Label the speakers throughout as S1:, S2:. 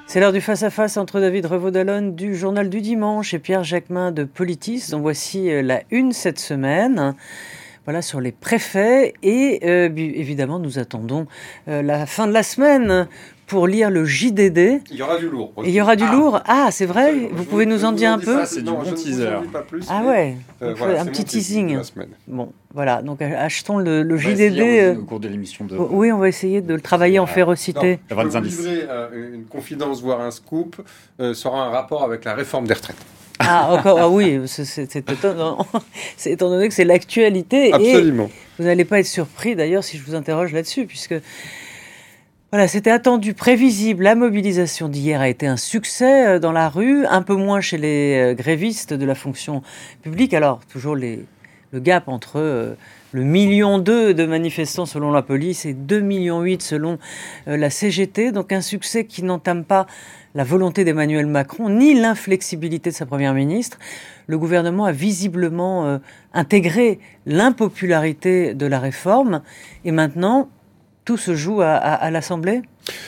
S1: C'est l'heure du face-à-face entre David Revaud-Dallon du Journal du Dimanche et Pierre Jacquemin de Politis, dont voici la une cette semaine. Voilà, sur les préfets. Et évidemment, nous attendons la fin de la semaine pour lire le JDD.
S2: Il y aura du lourd.
S1: Et il y aura du lourd. Ah, c'est vrai. Vous pouvez nous en dire un peu?
S3: C'est du bon teaser.
S1: Ah ouais,
S2: voilà,
S1: un petit teasing. Bon, voilà, donc achetons le
S3: JDD. Au cours de l'émission de...
S1: Oui, on va essayer de le travailler en férocité.
S2: Je peux vous livrer une confidence, voire un scoop, sera un rapport avec la réforme des retraites.
S1: Ah, encore, ah oui, c'est étonnant. C'est étant donné que c'est l'actualité.
S2: Absolument.
S1: Et vous n'allez pas être surpris d'ailleurs si je vous interroge là-dessus, puisque voilà, c'était attendu, prévisible. La mobilisation d'hier a été un succès dans la rue, un peu moins chez les grévistes de la fonction publique. Alors, toujours le gap entre le 1,2 million de manifestants selon la police et 2,8 millions selon la CGT. Donc un succès qui n'entame pas la volonté d'Emmanuel Macron ni l'inflexibilité de sa première ministre. Le gouvernement a visiblement intégré l'impopularité de la réforme. Et maintenant, tout se joue à l'Assemblée ?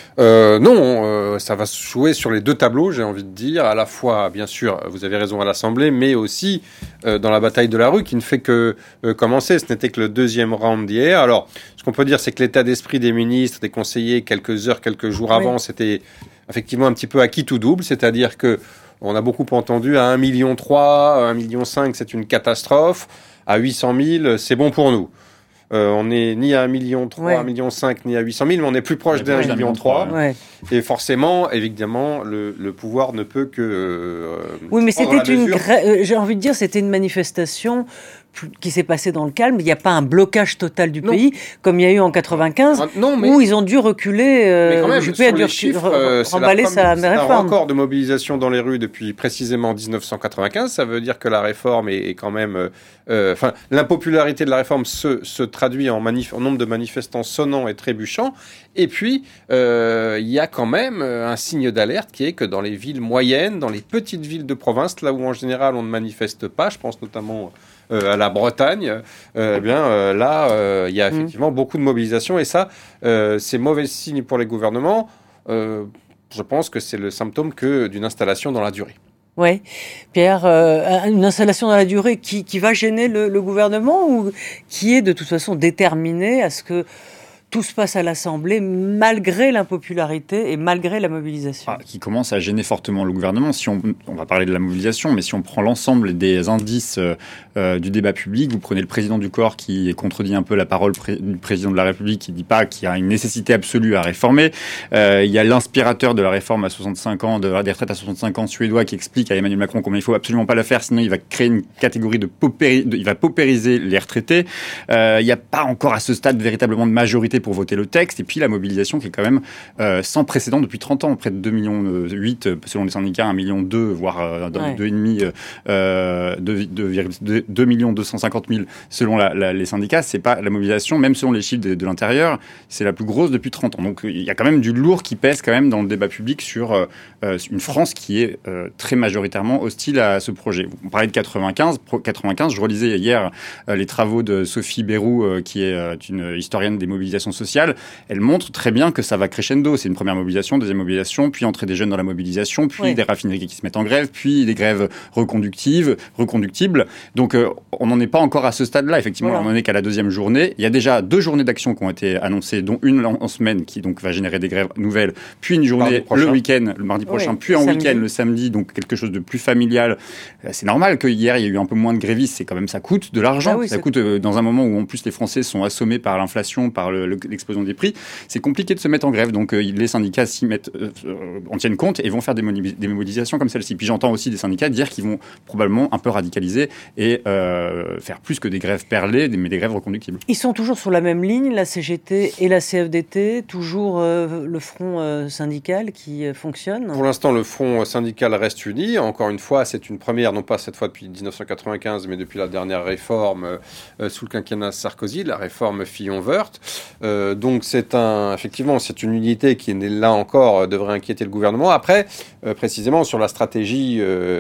S2: Non, ça va se jouer sur les deux tableaux, j'ai envie de dire. À la fois, bien sûr, vous avez raison, à l'Assemblée, mais aussi dans la bataille de la rue qui ne fait que commencer. Ce n'était que le deuxième round d'hier. Alors, ce qu'on peut dire, c'est que l'état d'esprit des ministres, des conseillers, quelques heures, quelques jours avant, c'était effectivement un petit peu acquis tout double. C'est-à-dire que on a beaucoup entendu à 1,3 million, 1,5 million, c'est une catastrophe. À 800 000, c'est bon pour nous. On n'est ni à 1,3 million, 1,5 million, ni à 800 000, mais on est plus proche d'1,3 million. Et forcément, évidemment, le pouvoir ne peut que...
S1: oui, mais c'était j'ai envie de dire, c'était une manifestation qui s'est passée dans le calme. Il n'y a pas un blocage total du pays, comme il y a eu en 95, où ils ont dû reculer.
S2: Mais quand même, Juppé a dû
S1: remballer sa réforme.
S2: C'est un record de mobilisation dans les rues depuis précisément 1995. Ça veut dire que la réforme est quand même... l'impopularité de la réforme se traduit en nombre de manifestants sonnants et trébuchants. Et puis, il y a quand même un signe d'alerte qui est que dans les villes moyennes, dans les petites villes de province, là où en général on ne manifeste pas, je pense notamment à la Bretagne, il y a effectivement beaucoup de mobilisation. Et ça, c'est mauvais signe pour les gouvernements. Je pense que c'est le symptôme d'une installation dans la durée.
S1: Oui, Pierre, une installation dans la durée qui va gêner le gouvernement ou qui est de toute façon déterminé à ce que tout se passe à l'Assemblée malgré l'impopularité et malgré la mobilisation.
S3: Qui commence à gêner fortement le gouvernement. Si on va parler de la mobilisation, mais si on prend l'ensemble des indices du débat public, vous prenez le président du corps qui contredit un peu la parole du président de la République, qui dit pas qu'il y a une nécessité absolue à réformer. Il y a l'inspirateur de la réforme à 65 ans, des retraites à 65 ans suédois, qui explique à Emmanuel Macron comment il faut absolument pas la faire, sinon il va créer une catégorie il va paupériser les retraités. Il n'y a pas encore à ce stade véritablement de majorité pour voter le texte, et puis la mobilisation qui est quand même sans précédent depuis 30 ans, près de 2,8 millions selon les syndicats, 1,2 million, voire 2,5 2,250 000 selon les syndicats. C'est pas la mobilisation, même selon les chiffres de l'intérieur, c'est la plus grosse depuis 30 ans. Donc il y a quand même du lourd qui pèse quand même dans le débat public sur une France qui est très majoritairement hostile à ce projet. On parlait de 95, je relisais hier les travaux de Sophie Bayrou, qui est une historienne des mobilisations sociales. Elle montre très bien que ça va crescendo. C'est une première mobilisation, deuxième mobilisation, puis entrée des jeunes dans la mobilisation, puis des raffineries qui se mettent en grève, puis des grèves reconductibles. Donc on n'en est pas encore à ce stade-là. Effectivement, on n'en est qu'à la deuxième journée. Il y a déjà 2 journées d'action qui ont été annoncées, dont une en semaine qui donc va générer des grèves nouvelles, puis une journée le week-end, le mardi prochain, puis en week-end le samedi, donc quelque chose de plus familial. C'est normal que hier il y a eu un peu moins de grévistes. C'est quand même, ça coûte de l'argent. Ça coûte dans un moment où en plus les Français sont assommés par l'inflation, par l'explosion des prix. C'est compliqué de se mettre en grève. Donc les syndicats en tiennent compte et vont faire des mobilisations comme celle-ci. Puis j'entends aussi des syndicats dire qu'ils vont probablement un peu radicaliser et faire plus que des grèves perlées, mais des grèves reconductibles.
S1: Ils sont toujours sur la même ligne, la CGT et la CFDT, toujours le front syndical qui fonctionne.
S2: Pour l'instant, le front syndical reste uni. Encore une fois, c'est une première, non pas cette fois depuis 1995, mais depuis la dernière réforme sous le quinquennat Sarkozy, la réforme Fillon-Woerth. Donc effectivement, c'est une unité qui, là encore, devrait inquiéter le gouvernement. Après, précisément sur la stratégie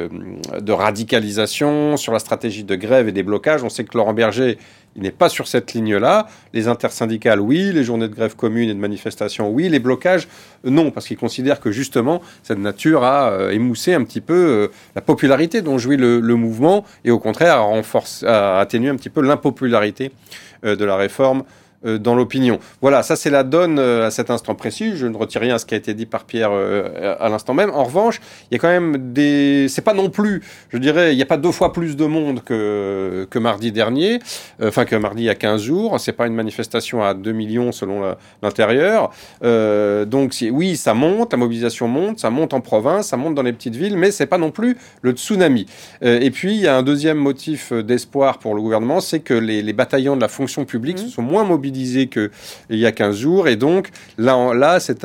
S2: de radicalisation, sur la stratégie de grève et des blocages, on sait que Laurent Berger, il n'est pas sur cette ligne-là. Les intersyndicales, oui. Les journées de grève commune et de manifestation, oui. Les blocages, non, parce qu'il considère que justement, cette nature a émoussé un petit peu la popularité dont jouit le mouvement et au contraire a atténué un petit peu l'impopularité de la réforme dans l'opinion. Voilà, ça c'est la donne à cet instant précis. Je ne retire rien à ce qui a été dit par Pierre à l'instant même. En revanche, il y a quand même c'est pas non plus, je dirais, il n'y a pas 2 fois plus de monde que mardi dernier, que mardi il y a 15 jours. C'est pas une manifestation à 2 millions selon l'intérieur. Donc oui, ça monte, la mobilisation monte, ça monte en province, ça monte dans les petites villes, mais c'est pas non plus le tsunami. Et puis, il y a un deuxième motif d'espoir pour le gouvernement, c'est que les bataillons de la fonction publique se sont moins mobilisés qu'il y a 15 jours. Et donc, là c'est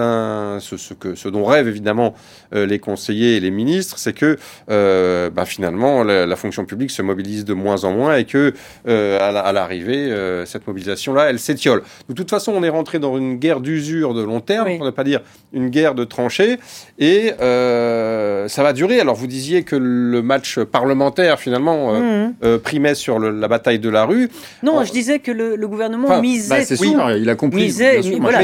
S2: ce dont rêvent évidemment les conseillers et les ministres, c'est que finalement, la fonction publique se mobilise de moins en moins et que, à l'arrivée, cette mobilisation-là, elle s'étiole. De toute façon, on est rentré dans une guerre d'usure de long terme, pour ne pas dire une guerre de tranchées, et ça va durer. Alors, vous disiez que le match parlementaire, finalement, primait sur la bataille de la rue.
S1: Non, je disais que le gouvernement misait.
S3: C'est sûr, il a compris.
S1: Misait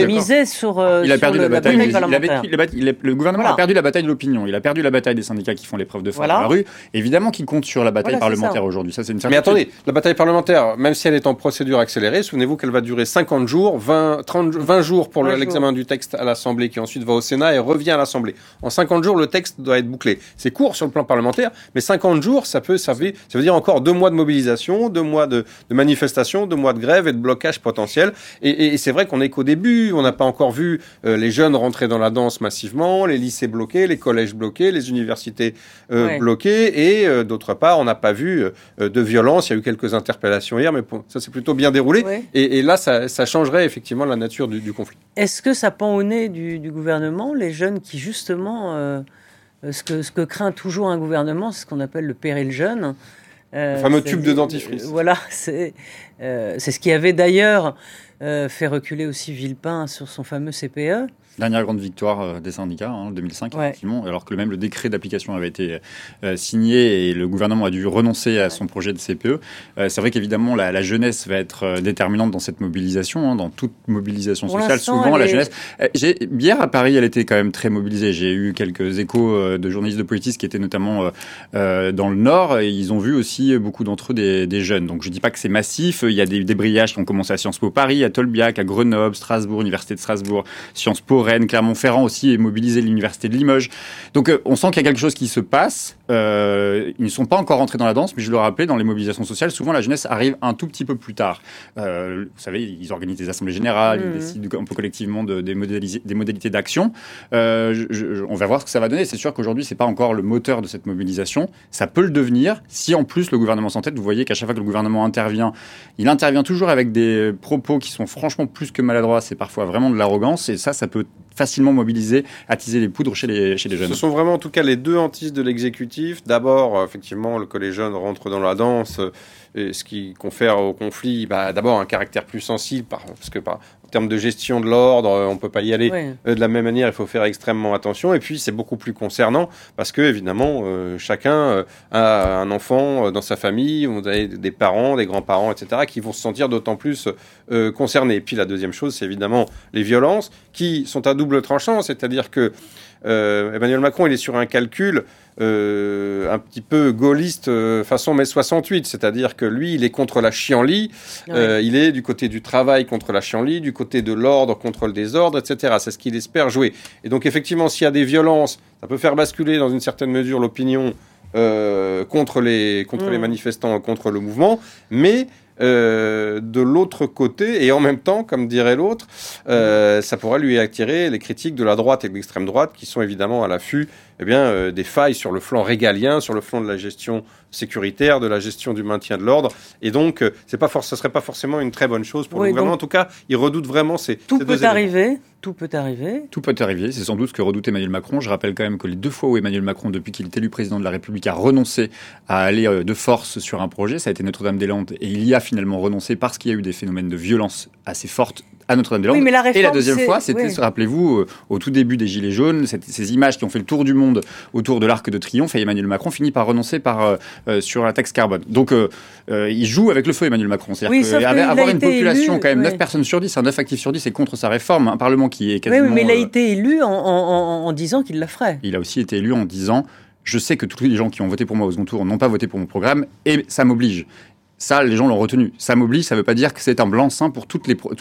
S1: sur
S3: il a perdu la bataille
S1: parlementaire.
S3: Le gouvernement a perdu la bataille de l'opinion. Il a perdu la bataille des syndicats qui font l'épreuve de force dans la rue. Évidemment qu'il compte sur la bataille parlementaire aujourd'hui. Ça, c'est une certitude.
S2: Mais attendez, la bataille parlementaire, même si elle est en procédure accélérée, souvenez-vous qu'elle va durer 50 jours, 20 jours pour l'examen du texte à l'Assemblée, qui ensuite va au Sénat et revient à l'Assemblée. En 50 jours, le texte doit être bouclé. C'est court sur le plan parlementaire, mais 50 jours, ça veut dire encore 2 mois de mobilisation, 2 mois de manifestation, 2 mois de grève et de blocage potentiel. Et c'est vrai qu'on n'est qu'au début, on n'a pas encore vu les jeunes rentrer dans la danse massivement, les lycées bloqués, les collèges bloqués, les universités bloquées, et d'autre part, on n'a pas vu de violence. Il y a eu quelques interpellations hier, mais ça s'est plutôt bien déroulé. Ouais. Et là, ça changerait effectivement la nature du conflit.
S1: Est-ce que ça pend au nez du gouvernement, les jeunes qui justement, ce que craint toujours un gouvernement, c'est ce qu'on appelle le péril jeune.
S2: Le fameux tube de dentifrice.
S1: Voilà, c'est ce qui avait d'ailleurs fait reculer aussi Villepin sur son fameux CPE.
S3: Dernière grande victoire des syndicats, 2005, effectivement, alors que même le décret d'application avait été signé et le gouvernement a dû renoncer à son projet de CPE. C'est vrai qu'évidemment, la jeunesse va être déterminante dans cette mobilisation, dans toute mobilisation sociale. Souvent, la jeunesse... Hier, à Paris, elle était quand même très mobilisée. J'ai eu quelques échos de journalistes de Politis qui étaient notamment dans le Nord, et ils ont vu aussi beaucoup d'entre eux des jeunes. Donc, je ne dis pas que c'est massif. Il y a des débrayages qui ont commencé à Sciences Po Paris, à Tolbiac, à Grenoble, Strasbourg, Université de Strasbourg, Sciences Po Rennes, Clermont-Ferrand aussi est mobilisé, l'université de Limoges. Donc on sent qu'il y a quelque chose qui se passe. Ils ne sont pas encore rentrés dans la danse, mais je le rappelais, dans les mobilisations sociales, souvent la jeunesse arrive un tout petit peu plus tard. Vous savez, ils organisent des assemblées générales, ils décident un peu collectivement des modalités d'action. On va voir ce que ça va donner. C'est sûr qu'aujourd'hui, c'est pas encore le moteur de cette mobilisation. Ça peut le devenir si en plus le gouvernement s'entête. Vous voyez qu'à chaque fois que le gouvernement intervient, il intervient toujours avec des propos qui sont franchement plus que maladroits. C'est parfois vraiment de l'arrogance, et ça peut facilement mobiliser, attiser les poudres chez les jeunes.
S2: Ce sont vraiment en tout cas les deux hantises de l'exécutif. D'abord, effectivement, que les jeunes rentrent dans la danse, et ce qui confère au conflit d'abord un caractère plus sensible, parce que en termes de gestion de l'ordre, on ne peut pas y aller de la même manière, il faut faire extrêmement attention. Et puis c'est beaucoup plus concernant, parce que évidemment, chacun a un enfant dans sa famille, vous avez des parents, des grands-parents, etc., qui vont se sentir d'autant plus concernés. Et puis la deuxième chose, c'est évidemment les violences, qui sont à double tranchant, c'est-à-dire que Emmanuel Macron, il est sur un calcul un petit peu gaulliste façon mai 68, c'est-à-dire que lui, il est contre la chienlit, il est du côté du travail contre la chienlit, du côté de l'ordre contre le désordre, etc. C'est ce qu'il espère jouer. Et donc effectivement, s'il y a des violences, ça peut faire basculer dans une certaine mesure l'opinion contre les manifestants, contre le mouvement, mais de l'autre côté, et en même temps, comme dirait l'autre, ça pourrait lui attirer les critiques de la droite et de l'extrême droite, qui sont évidemment à l'affût des failles sur le flanc régalien, sur le flanc de la gestion sécuritaire, de la gestion du maintien de l'ordre. Et donc, ça serait pas forcément une très bonne chose pour le gouvernement. En tout cas, il redoute vraiment ces deux éléments.
S1: Tout peut arriver.
S3: Tout peut arriver. C'est sans doute ce que redoute Emmanuel Macron. Je rappelle quand même que les 2 fois où Emmanuel Macron, depuis qu'il est élu président de la République, a renoncé à aller de force sur un projet, ça a été Notre-Dame-des-Landes, et il y a finalement renoncé parce qu'il y a eu des phénomènes de violence assez fortes à Notre-Dame-des-Landes.
S1: Oui, mais la
S3: et la
S1: réforme,
S3: deuxième fois, c'était,
S1: oui.
S3: rappelez-vous, au tout début des Gilets jaunes, ces images qui ont fait le tour du monde autour de l'Arc de Triomphe, et Emmanuel Macron finit par renoncer sur la taxe carbone. Donc, il joue avec le feu, Emmanuel Macron. C'est-à-dire avoir une population, quand même, 9 personnes sur 10, 9 actifs sur 10, c'est contre sa réforme. Un Parlement qui est quasiment...
S1: Oui, mais il a été élu en disant qu'il la ferait.
S3: Il a aussi été élu en disant « Je sais que tous les gens qui ont voté pour moi au second tour n'ont pas voté pour mon programme, et ça m'oblige ». Ça, les gens l'ont retenu. Ça m'oblige, ça ne veut pas dire que c'est un blanc-seing pour tout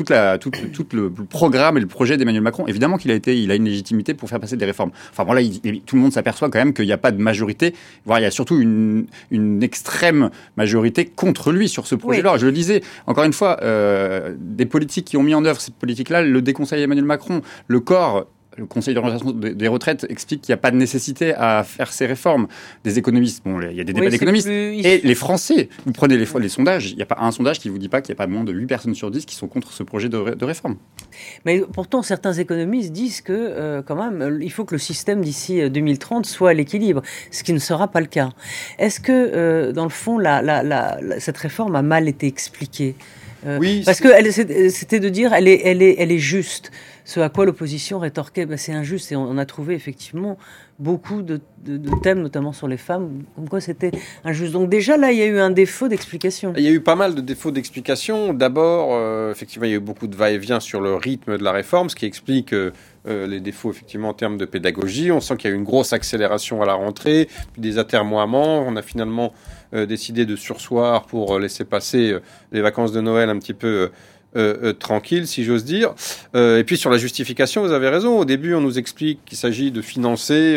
S3: le programme et le projet d'Emmanuel Macron. Évidemment il a une légitimité pour faire passer des réformes. Enfin bon, là, tout le monde s'aperçoit quand même qu'il n'y a pas de majorité, voire il y a surtout une extrême majorité contre lui sur ce projet-là. Oui. Je le disais, encore une fois, des politiques qui ont mis en œuvre cette politique-là le déconseillent Emmanuel Macron. Le Conseil d'orientation des retraites explique qu'il n'y a pas de nécessité à faire ces réformes. Des économistes, bon, il y a des débats d'économistes. Et les Français, vous prenez les sondages, il n'y a pas un sondage qui ne vous dit pas qu'il n'y a pas moins de 8 personnes sur 10 qui sont contre ce projet de réforme.
S1: Mais pourtant, certains économistes disent que, quand même, il faut que le système d'ici 2030 soit à l'équilibre, ce qui ne sera pas le cas. Est-ce que, dans le fond, cette réforme a mal été expliquée ? Oui, parce que c'était de dire elle est juste. Ce à quoi l'opposition rétorquait, c'est injuste. Et on a trouvé effectivement beaucoup de thèmes, notamment sur les femmes, comme quoi c'était injuste. Donc déjà là, il y a eu un défaut d'explication.
S2: Il y a eu pas mal de défauts d'explication. D'abord, effectivement, il y a eu beaucoup de va-et-vient sur le rythme de la réforme, ce qui explique les défauts effectivement en termes de pédagogie. On sent qu'il y a eu une grosse accélération à la rentrée, puis des atermoiements. On a finalement décidé de surseoir pour laisser passer les vacances de Noël un petit peu tranquille, si j'ose dire. Et puis sur la justification, vous avez raison. Au début, on nous explique qu'il s'agit de financer,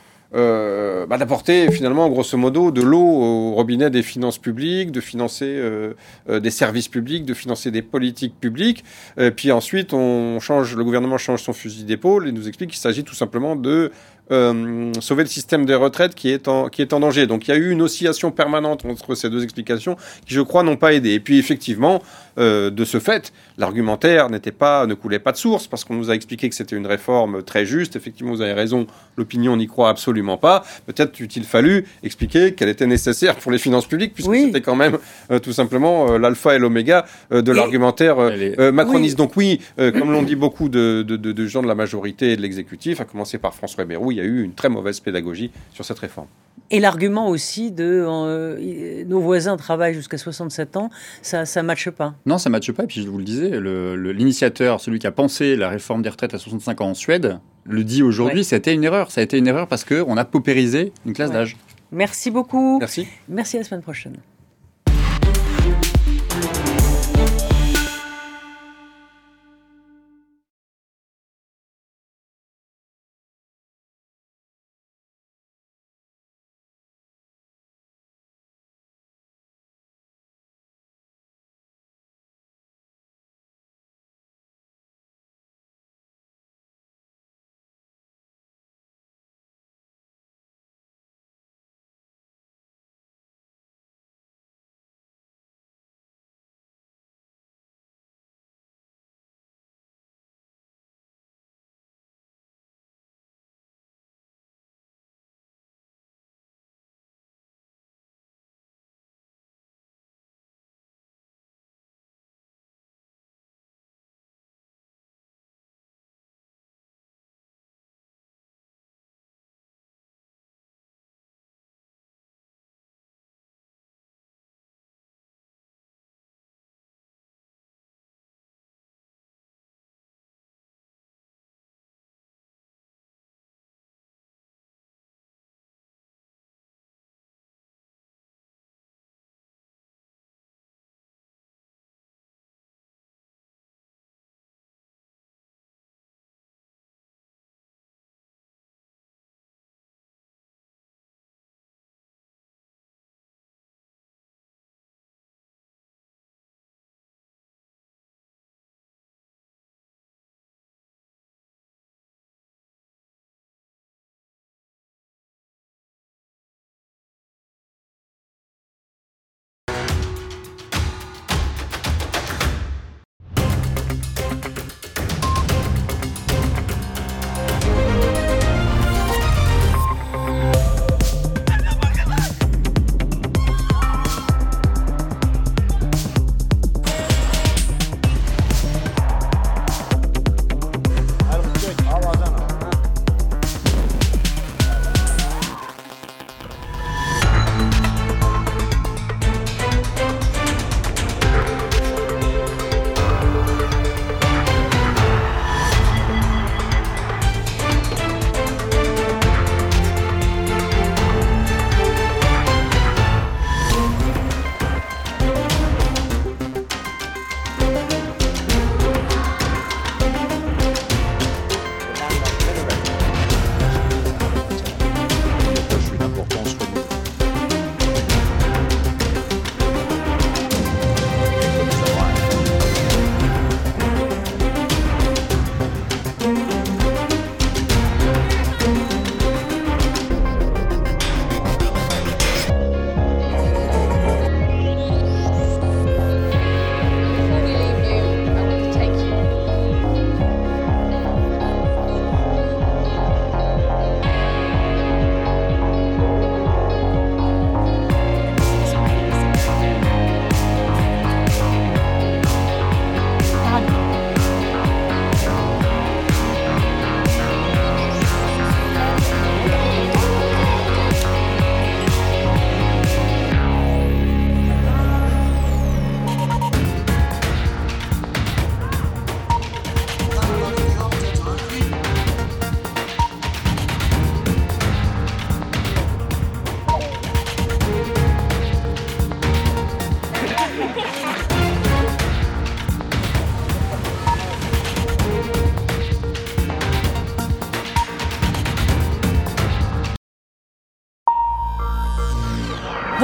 S2: d'apporter finalement, grosso modo, de l'eau au robinet des finances publiques, de financer des services publics, de financer des politiques publiques. Puis ensuite, le gouvernement change son fusil d'épaule et nous explique qu'il s'agit tout simplement de sauver le système des retraites qui est en danger. Donc il y a eu une oscillation permanente entre ces deux explications qui, je crois, n'ont pas aidé. Et puis effectivement, de ce fait, l'argumentaire ne coulait pas de source parce qu'on nous a expliqué que c'était une réforme très juste. Effectivement, vous avez raison, l'opinion n'y croit absolument pas. Peut-être eût-il fallu expliquer qu'elle était nécessaire pour les finances publiques puisque c'était quand même tout simplement l'alpha et l'oméga de l'argumentaire macroniste. Donc oui, comme l'ont dit beaucoup de gens de la majorité et de l'exécutif, à commencer par François Bayrou, il y a eu une très mauvaise pédagogie sur cette réforme.
S1: Et l'argument aussi de nos voisins travaillent jusqu'à 67 ans, ça ne matche pas.
S3: Non, ça ne matche pas. Et puis je vous le disais, l'initiateur, celui qui a pensé la réforme des retraites à 65 ans en Suède, le dit aujourd'hui, c'était une erreur. Ça a été une erreur parce qu'on a paupérisé une classe d'âge.
S1: Merci beaucoup.
S2: Merci.
S1: Merci, à la semaine prochaine.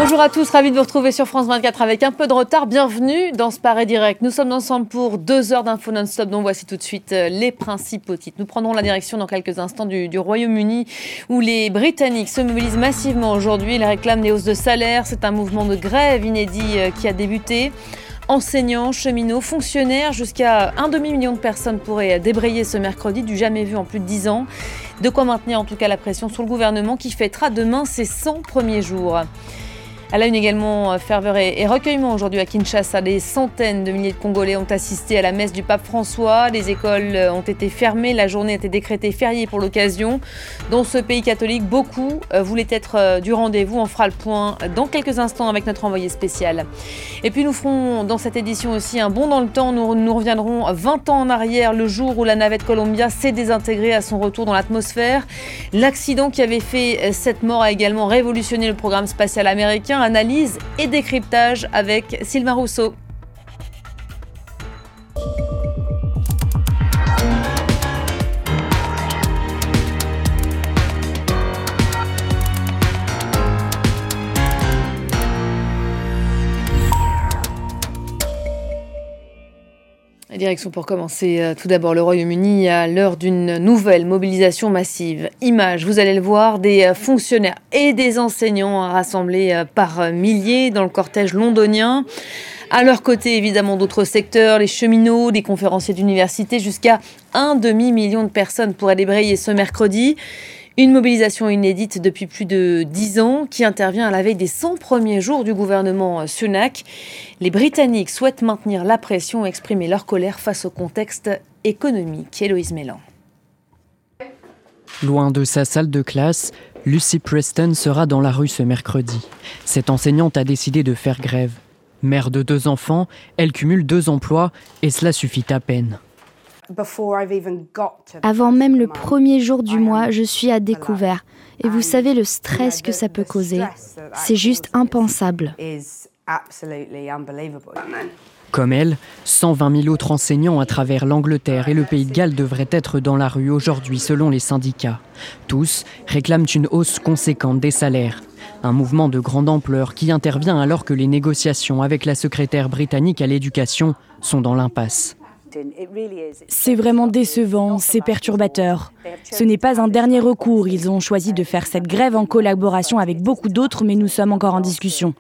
S4: Bonjour à tous, ravi de vous retrouver sur France 24 avec un peu de retard. Bienvenue dans ce Paris Direct. Nous sommes ensemble pour 2 heures d'infos non-stop, dont voici tout de suite les principaux titres. Nous prendrons la direction dans quelques instants du Royaume-Uni, où les Britanniques se mobilisent massivement aujourd'hui. Ils réclament des hausses de salaire. C'est un mouvement de grève inédit qui a débuté. Enseignants, cheminots, fonctionnaires, jusqu'à 1,5 million de personnes pourraient débrayer ce mercredi, du jamais vu en plus de 10 ans. De quoi maintenir en tout cas la pression sur le gouvernement qui fêtera demain ses 100 premiers jours. À la une également, ferveur et recueillement aujourd'hui à Kinshasa. Des centaines de milliers de Congolais ont assisté à la messe du pape François. Les écoles ont été fermées, la journée a été décrétée fériée pour l'occasion. Dans ce pays catholique, beaucoup voulaient être du rendez-vous. On fera le point dans quelques instants avec notre envoyé spécial. Et puis nous ferons dans cette édition aussi un bond dans le temps. Nous reviendrons 20 ans en arrière, le jour où la navette Columbia s'est désintégrée à son retour dans l'atmosphère. L'accident qui avait fait 7 morts a également révolutionné le programme spatial américain. Analyse et décryptage avec Sylvain Rousseau. Direction pour commencer, tout d'abord le Royaume-Uni à l'heure d'une nouvelle mobilisation massive. Images, vous allez le voir, des fonctionnaires et des enseignants rassemblés par milliers dans le cortège londonien. À leur côté, évidemment, d'autres secteurs, les cheminots, des conférenciers d'université, jusqu'à 1,5 million de personnes pourraient débrayer ce mercredi. Une mobilisation inédite depuis plus de 10 ans qui intervient à la veille des 100 premiers jours du gouvernement Sunak. Les Britanniques souhaitent maintenir la pression et exprimer leur colère face au contexte économique. Héloïse Mélan.
S5: Loin de sa salle de classe, Lucy Preston sera dans la rue ce mercredi. Cette enseignante a décidé de faire grève. Mère de 2 enfants, elle cumule 2 emplois et cela suffit à peine.
S6: Avant même le premier jour du mois, je suis à découvert. Et vous savez le stress que ça peut causer. C'est juste impensable.
S5: Comme elle, 120 000 autres enseignants à travers l'Angleterre et le Pays de Galles devraient être dans la rue aujourd'hui selon les syndicats. Tous réclament une hausse conséquente des salaires. Un mouvement de grande ampleur qui intervient alors que les négociations avec la secrétaire britannique à l'éducation sont dans l'impasse.
S7: C'est vraiment décevant, c'est perturbateur. Ce n'est pas un dernier recours, ils ont choisi de faire cette grève en collaboration avec beaucoup d'autres, mais nous sommes encore en discussion.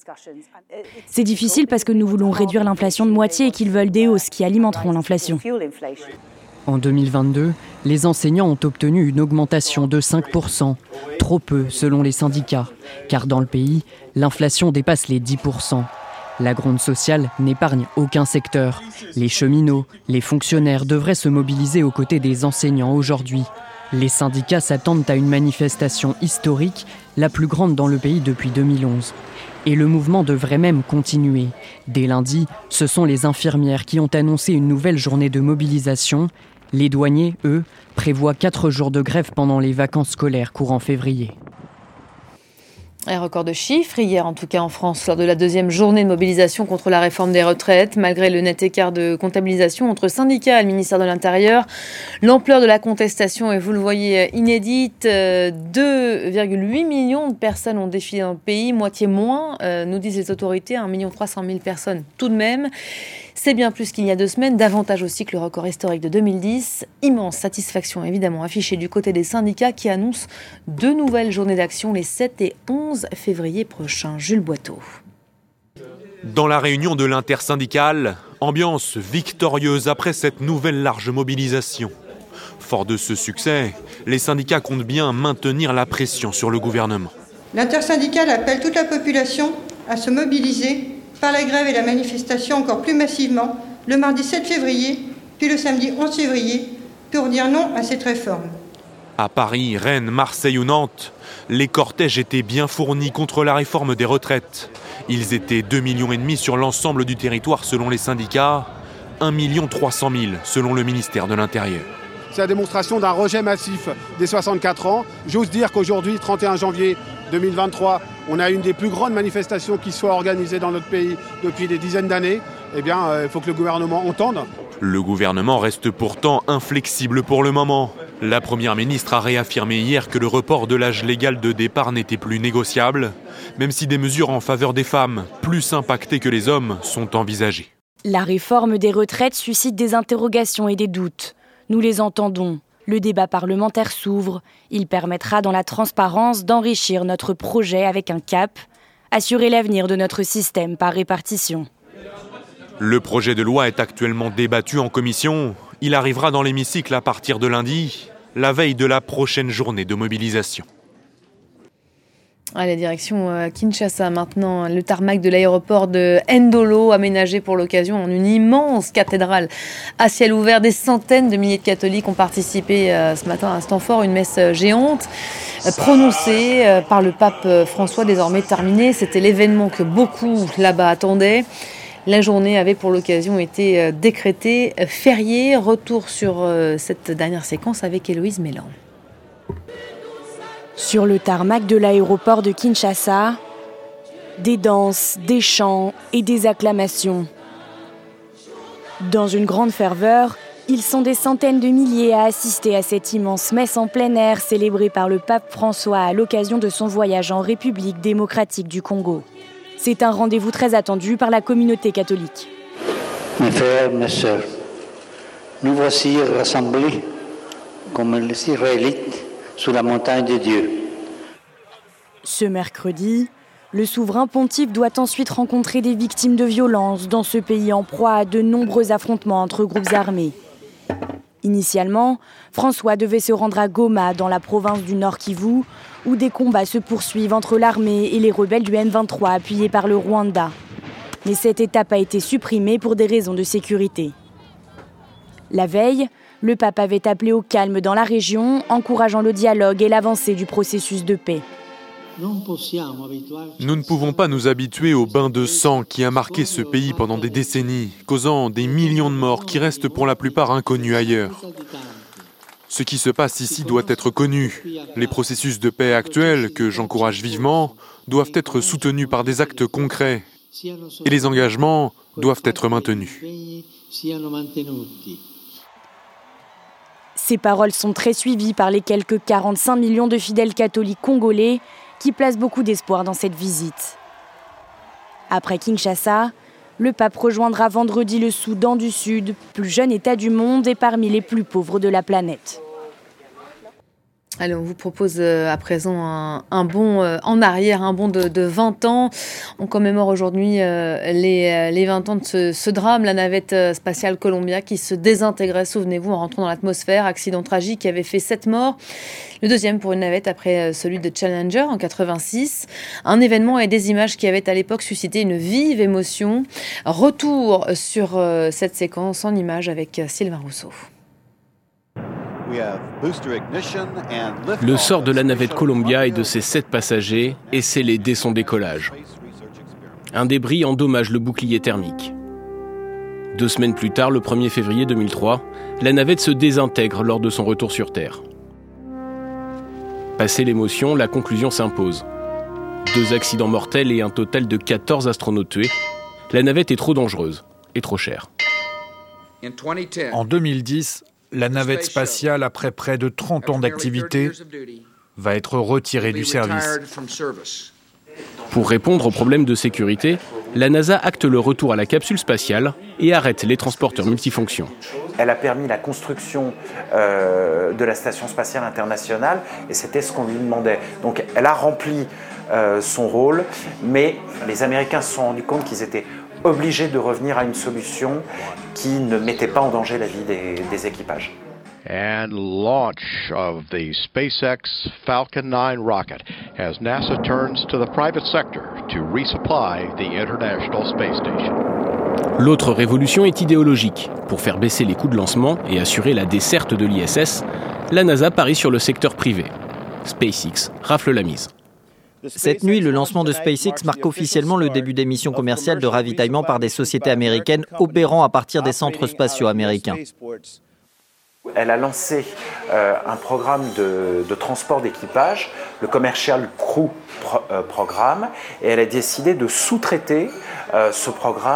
S7: C'est difficile parce que nous voulons réduire l'inflation de moitié et qu'ils veulent des hausses qui alimenteront l'inflation.
S5: En 2022, les enseignants ont obtenu une augmentation de 5%, trop peu selon les syndicats, car dans le pays, l'inflation dépasse les 10%. La gronde sociale n'épargne aucun secteur. Les cheminots, les fonctionnaires devraient se mobiliser aux côtés des enseignants aujourd'hui. Les syndicats s'attendent à une manifestation historique, la plus grande dans le pays depuis 2011. Et le mouvement devrait même continuer. Dès lundi, ce sont les infirmières qui ont annoncé une nouvelle journée de mobilisation. Les douaniers, eux, prévoient 4 jours de grève pendant les vacances scolaires courant février.
S4: Un record de chiffres, hier en tout cas en France, lors de la 2e journée de mobilisation contre la réforme des retraites. Malgré le net écart de comptabilisation entre syndicats et le ministère de l'Intérieur, l'ampleur de la contestation est, vous le voyez, inédite. 2,8 millions de personnes ont défilé dans le pays, moitié moins, nous disent les autorités, 1 300 000 personnes tout de même. C'est bien plus qu'il y a 2 semaines, davantage aussi que le record historique de 2010. Immense satisfaction évidemment affichée du côté des syndicats qui annoncent 2 nouvelles journées d'action les 7 et 11 février prochains. Jules Boiteau.
S8: Dans la réunion de l'intersyndicale, ambiance victorieuse après cette nouvelle large mobilisation. Fort de ce succès, les syndicats comptent bien maintenir la pression sur le gouvernement.
S9: L'intersyndicale appelle toute la population à se mobiliser par la grève et la manifestation encore plus massivement le mardi 7 février, puis le samedi 11 février, pour dire non à cette réforme.
S8: À Paris, Rennes, Marseille ou Nantes, les cortèges étaient bien fournis contre la réforme des retraites. Ils étaient 2,5 millions sur l'ensemble du territoire selon les syndicats, 1 300 000 selon le ministère de l'Intérieur.
S10: C'est la démonstration d'un rejet massif des 64 ans. J'ose dire qu'aujourd'hui, 31 janvier 2023, on a une des plus grandes manifestations qui soit organisée dans notre pays depuis des dizaines d'années. Eh bien, il faut que le gouvernement entende.
S8: Le gouvernement reste pourtant inflexible pour le moment. La Première ministre a réaffirmé hier que le report de l'âge légal de départ n'était plus négociable, même si des mesures en faveur des femmes, plus impactées que les hommes, sont envisagées.
S7: La réforme des retraites suscite des interrogations et des doutes. Nous les entendons. Le débat parlementaire s'ouvre. Il permettra dans la transparence d'enrichir notre projet avec un cap, assurer l'avenir de notre système par répartition.
S8: Le projet de loi est actuellement débattu en commission. Il arrivera dans l'hémicycle à partir de lundi, la veille de la prochaine journée de mobilisation.
S4: Allez, direction Kinshasa maintenant. Le tarmac de l'aéroport de Ndolo, aménagé pour l'occasion en une immense cathédrale à ciel ouvert. Des centaines de milliers de catholiques ont participé ce matin à ce temps fort, une messe géante prononcée par le pape François, désormais terminée. C'était l'événement que beaucoup là-bas attendaient. La journée avait pour l'occasion été décrétée fériée. Retour sur cette dernière séquence avec Héloïse Mélan.
S7: Sur le tarmac de l'aéroport de Kinshasa, des danses, des chants et des acclamations. Dans une grande ferveur, ils sont des centaines de milliers à assister à cette immense messe en plein air célébrée par le pape François à l'occasion de son voyage en République démocratique du Congo. C'est un rendez-vous très attendu par la communauté catholique.
S11: Mes frères, mes sœurs, nous voici rassemblés comme les Israélites sous la montagne de Dieu.
S7: Ce mercredi, le souverain pontife doit ensuite rencontrer des victimes de violences dans ce pays en proie à de nombreux affrontements entre groupes armés. Initialement, François devait se rendre à Goma, dans la province du Nord Kivu, où des combats se poursuivent entre l'armée et les rebelles du M23 appuyés par le Rwanda. Mais cette étape a été supprimée pour des raisons de sécurité. La veille, le pape avait appelé au calme dans la région, encourageant le dialogue et l'avancée du processus de paix.
S8: Nous ne pouvons pas nous habituer au bain de sang qui a marqué ce pays pendant des décennies, causant des millions de morts qui restent pour la plupart inconnus ailleurs. Ce qui se passe ici doit être connu. Les processus de paix actuels, que j'encourage vivement, doivent être soutenus par des actes concrets. Et les engagements doivent être maintenus.
S7: Ces paroles sont très suivies par les quelques 45 millions de fidèles catholiques congolais qui placent beaucoup d'espoir dans cette visite. Après Kinshasa, le pape rejoindra vendredi le Soudan du Sud, plus jeune État du monde et parmi les plus pauvres de la planète.
S4: Allez, on vous propose à présent un bond en arrière, un bond de 20 ans. On commémore aujourd'hui les 20 ans de ce drame, la navette spatiale Columbia qui se désintégrait, souvenez-vous, en rentrant dans l'atmosphère. Accident tragique qui avait fait 7 morts. Le deuxième pour une navette après celui de Challenger en 86. Un événement et des images qui avaient à l'époque suscité une vive émotion. Retour sur cette séquence en images avec Sylvain Rousseau.
S12: Le sort de la navette Columbia et de ses 7 passagers est scellé dès son décollage. Un débris endommage le bouclier thermique. 2 semaines plus tard, le 1er février 2003, la navette se désintègre lors de son retour sur Terre. Passée l'émotion, la conclusion s'impose. 2 accidents mortels et un total de 14 astronautes tués. La navette est trop dangereuse et trop chère.
S13: En 2010, la navette spatiale, après près de 30 ans d'activité, va être retirée du service.
S12: Pour répondre aux problèmes de sécurité, la NASA acte le retour à la capsule spatiale et arrête les transporteurs multifonctions.
S14: Elle a permis la construction de la Station spatiale internationale et c'était ce qu'on lui demandait. Donc elle a rempli son rôle, mais les Américains se sont rendus compte qu'ils étaient obligés de revenir à une solution qui ne mettait pas en danger la vie des équipages.
S15: And launch of the SpaceX Falcon 9 rocket as NASA turns to the private sector to resupply the International Space Station.
S12: L'autre révolution est idéologique. Pour faire baisser les coûts de lancement et assurer la desserte de l'ISS, la NASA parie sur le secteur privé. SpaceX rafle la mise.
S16: Cette nuit, le lancement de SpaceX marque officiellement le début des missions commerciales de ravitaillement par des sociétés américaines opérant à partir des centres spatiaux américains.
S14: Elle a lancé un programme de transport d'équipage, le Commercial Crew Programme, et elle a décidé de sous-traiter ce programme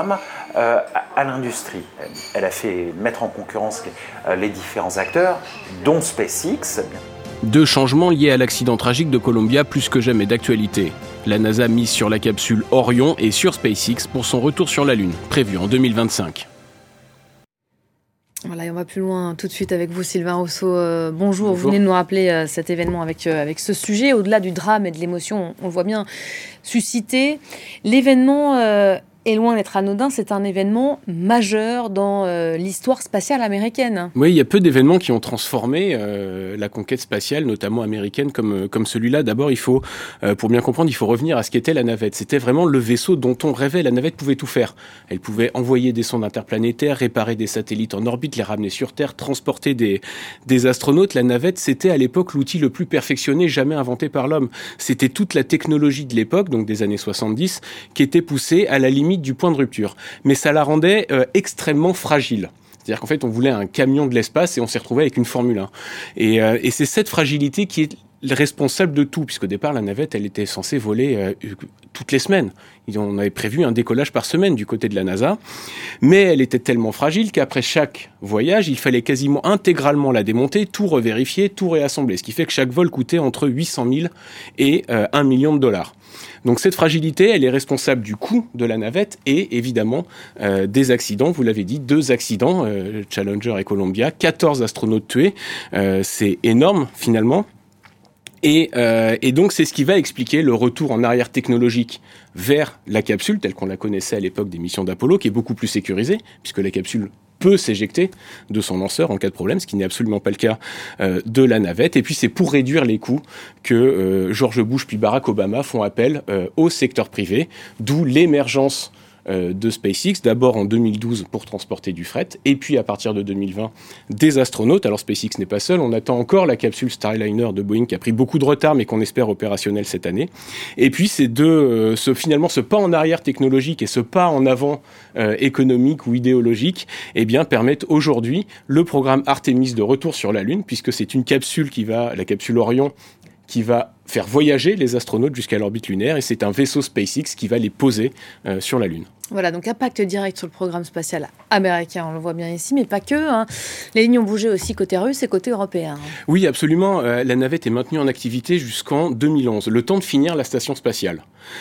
S14: à l'industrie. Elle a fait mettre en concurrence les différents acteurs, dont SpaceX.
S12: 2 changements liés à l'accident tragique de Columbia plus que jamais d'actualité. La NASA mise sur la capsule Orion et sur SpaceX pour son retour sur la Lune, prévu en 2025.
S4: Voilà, et on va plus loin tout de suite avec vous, Sylvain Rousseau. Bonjour, vous venez de nous rappeler cet événement avec ce sujet. Au-delà du drame et de l'émotion, on le voit bien suscité. L'événement est loin d'être anodin, c'est un événement majeur dans l'histoire spatiale américaine.
S12: Oui, il y a peu d'événements qui ont transformé la conquête spatiale, notamment américaine, comme celui-là. D'abord, pour bien comprendre, il faut revenir à ce qu'était la navette. C'était vraiment le vaisseau dont on rêvait. La navette pouvait tout faire. Elle pouvait envoyer des sondes interplanétaires, réparer des satellites en orbite, les ramener sur Terre, transporter des astronautes. La navette, c'était à l'époque l'outil le plus perfectionné jamais inventé par l'homme. C'était toute la technologie de l'époque, donc des années 70, qui était poussée à la limite du point de rupture. Mais ça la rendait extrêmement fragile. C'est-à-dire qu'en fait, on voulait un camion de l'espace et on s'est retrouvé avec une Formule 1. Et c'est cette fragilité qui est responsable de tout, puisqu'au départ, la navette, elle était censée voler toutes les semaines. On avait prévu un décollage par semaine du côté de la NASA, mais elle était tellement fragile qu'après chaque voyage, il fallait quasiment intégralement la démonter, tout revérifier, tout réassembler, ce qui fait que chaque vol coûtait entre 800 000 et 1 million de dollars. Donc cette fragilité, elle est responsable du coût de la navette et évidemment des accidents. Vous l'avez dit, 2 accidents, Challenger et Columbia, 14 astronautes tués. C'est énorme finalement. Et donc c'est ce qui va expliquer le retour en arrière technologique vers la capsule telle qu'on la connaissait à l'époque des missions d'Apollo, qui est beaucoup plus sécurisée puisque la capsule peut s'éjecter de son lanceur en cas de problème, ce qui n'est absolument pas le cas de la navette. Et puis c'est pour réduire les coûts que George Bush puis Barack Obama font appel au secteur privé, d'où l'émergence de SpaceX, d'abord en 2012 pour transporter du fret, et puis à partir de 2020, des astronautes. Alors SpaceX n'est pas seul, on attend encore la capsule Starliner de Boeing qui a pris beaucoup de retard, mais qu'on espère opérationnelle cette année. Et puis ces deux, finalement ce pas en arrière technologique et ce pas en avant économique ou idéologique, eh bien permettent aujourd'hui le programme Artemis de retour sur la Lune, puisque c'est une capsule la capsule Orion, qui va faire voyager les astronautes jusqu'à l'orbite lunaire, et c'est un vaisseau SpaceX qui va les poser sur la Lune.
S4: Voilà, donc impact direct sur le programme spatial américain, on le voit bien ici, mais pas que. Hein. Les lignes ont bougé aussi côté russe et côté européen.
S12: Oui, absolument. La navette est maintenue en activité jusqu'en 2011, le temps de finir la station spatiale.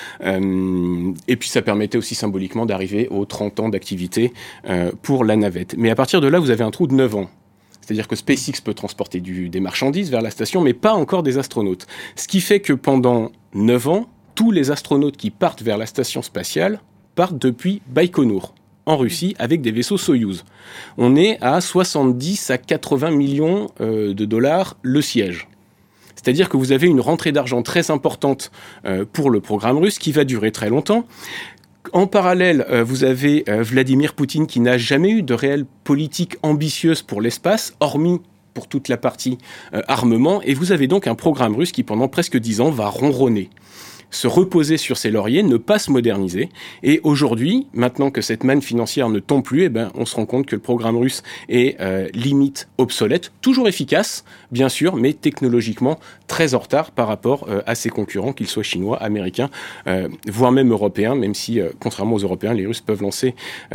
S12: Et puis ça permettait aussi symboliquement d'arriver aux 30 ans d'activité pour la navette. Mais à partir de là, vous avez un trou de 9 ans. C'est-à-dire que SpaceX peut transporter des marchandises vers la station, mais pas encore des astronautes. Ce qui fait que pendant 9 ans, tous les astronautes qui partent vers la station spatiale partent depuis Baïkonour, en Russie, avec des vaisseaux Soyouz. On est à 70 à 80 millions de dollars le siège. C'est-à-dire que vous avez une rentrée d'argent très importante pour le programme russe qui va durer très longtemps. En parallèle, vous avez Vladimir Poutine qui n'a jamais eu de réelle politique ambitieuse pour l'espace, hormis pour toute la partie armement. Et vous avez donc un programme russe qui, pendant presque 10 ans, va ronronner, se reposer sur ses lauriers, ne pas se moderniser. Et aujourd'hui, maintenant que cette manne financière ne tombe plus, on se rend compte que le programme russe est limite obsolète, toujours efficace, bien sûr, mais technologiquement très en retard par rapport à ses concurrents, qu'ils soient chinois, américains, voire même européens, même si, contrairement aux Européens, les Russes peuvent lancer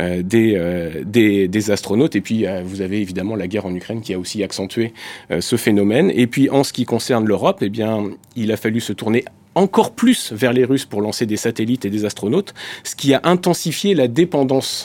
S12: des astronautes. Et puis, vous avez évidemment la guerre en Ukraine qui a aussi accentué ce phénomène. Et puis, en ce qui concerne l'Europe, il a fallu se tourner encore plus vers les Russes pour lancer des satellites et des astronautes, ce qui a intensifié la dépendance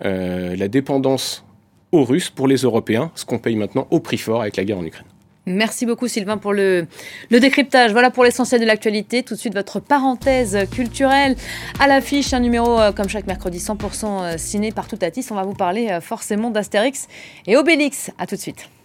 S12: aux Russes pour les Européens, ce qu'on paye maintenant au prix fort avec la guerre en Ukraine.
S4: Merci beaucoup Sylvain pour le décryptage. Voilà pour l'essentiel de l'actualité. Tout de suite, votre parenthèse culturelle à l'affiche. Un numéro, comme chaque mercredi, 100% ciné par Toutatis. On va vous parler forcément d'Astérix et Obélix. À tout de suite.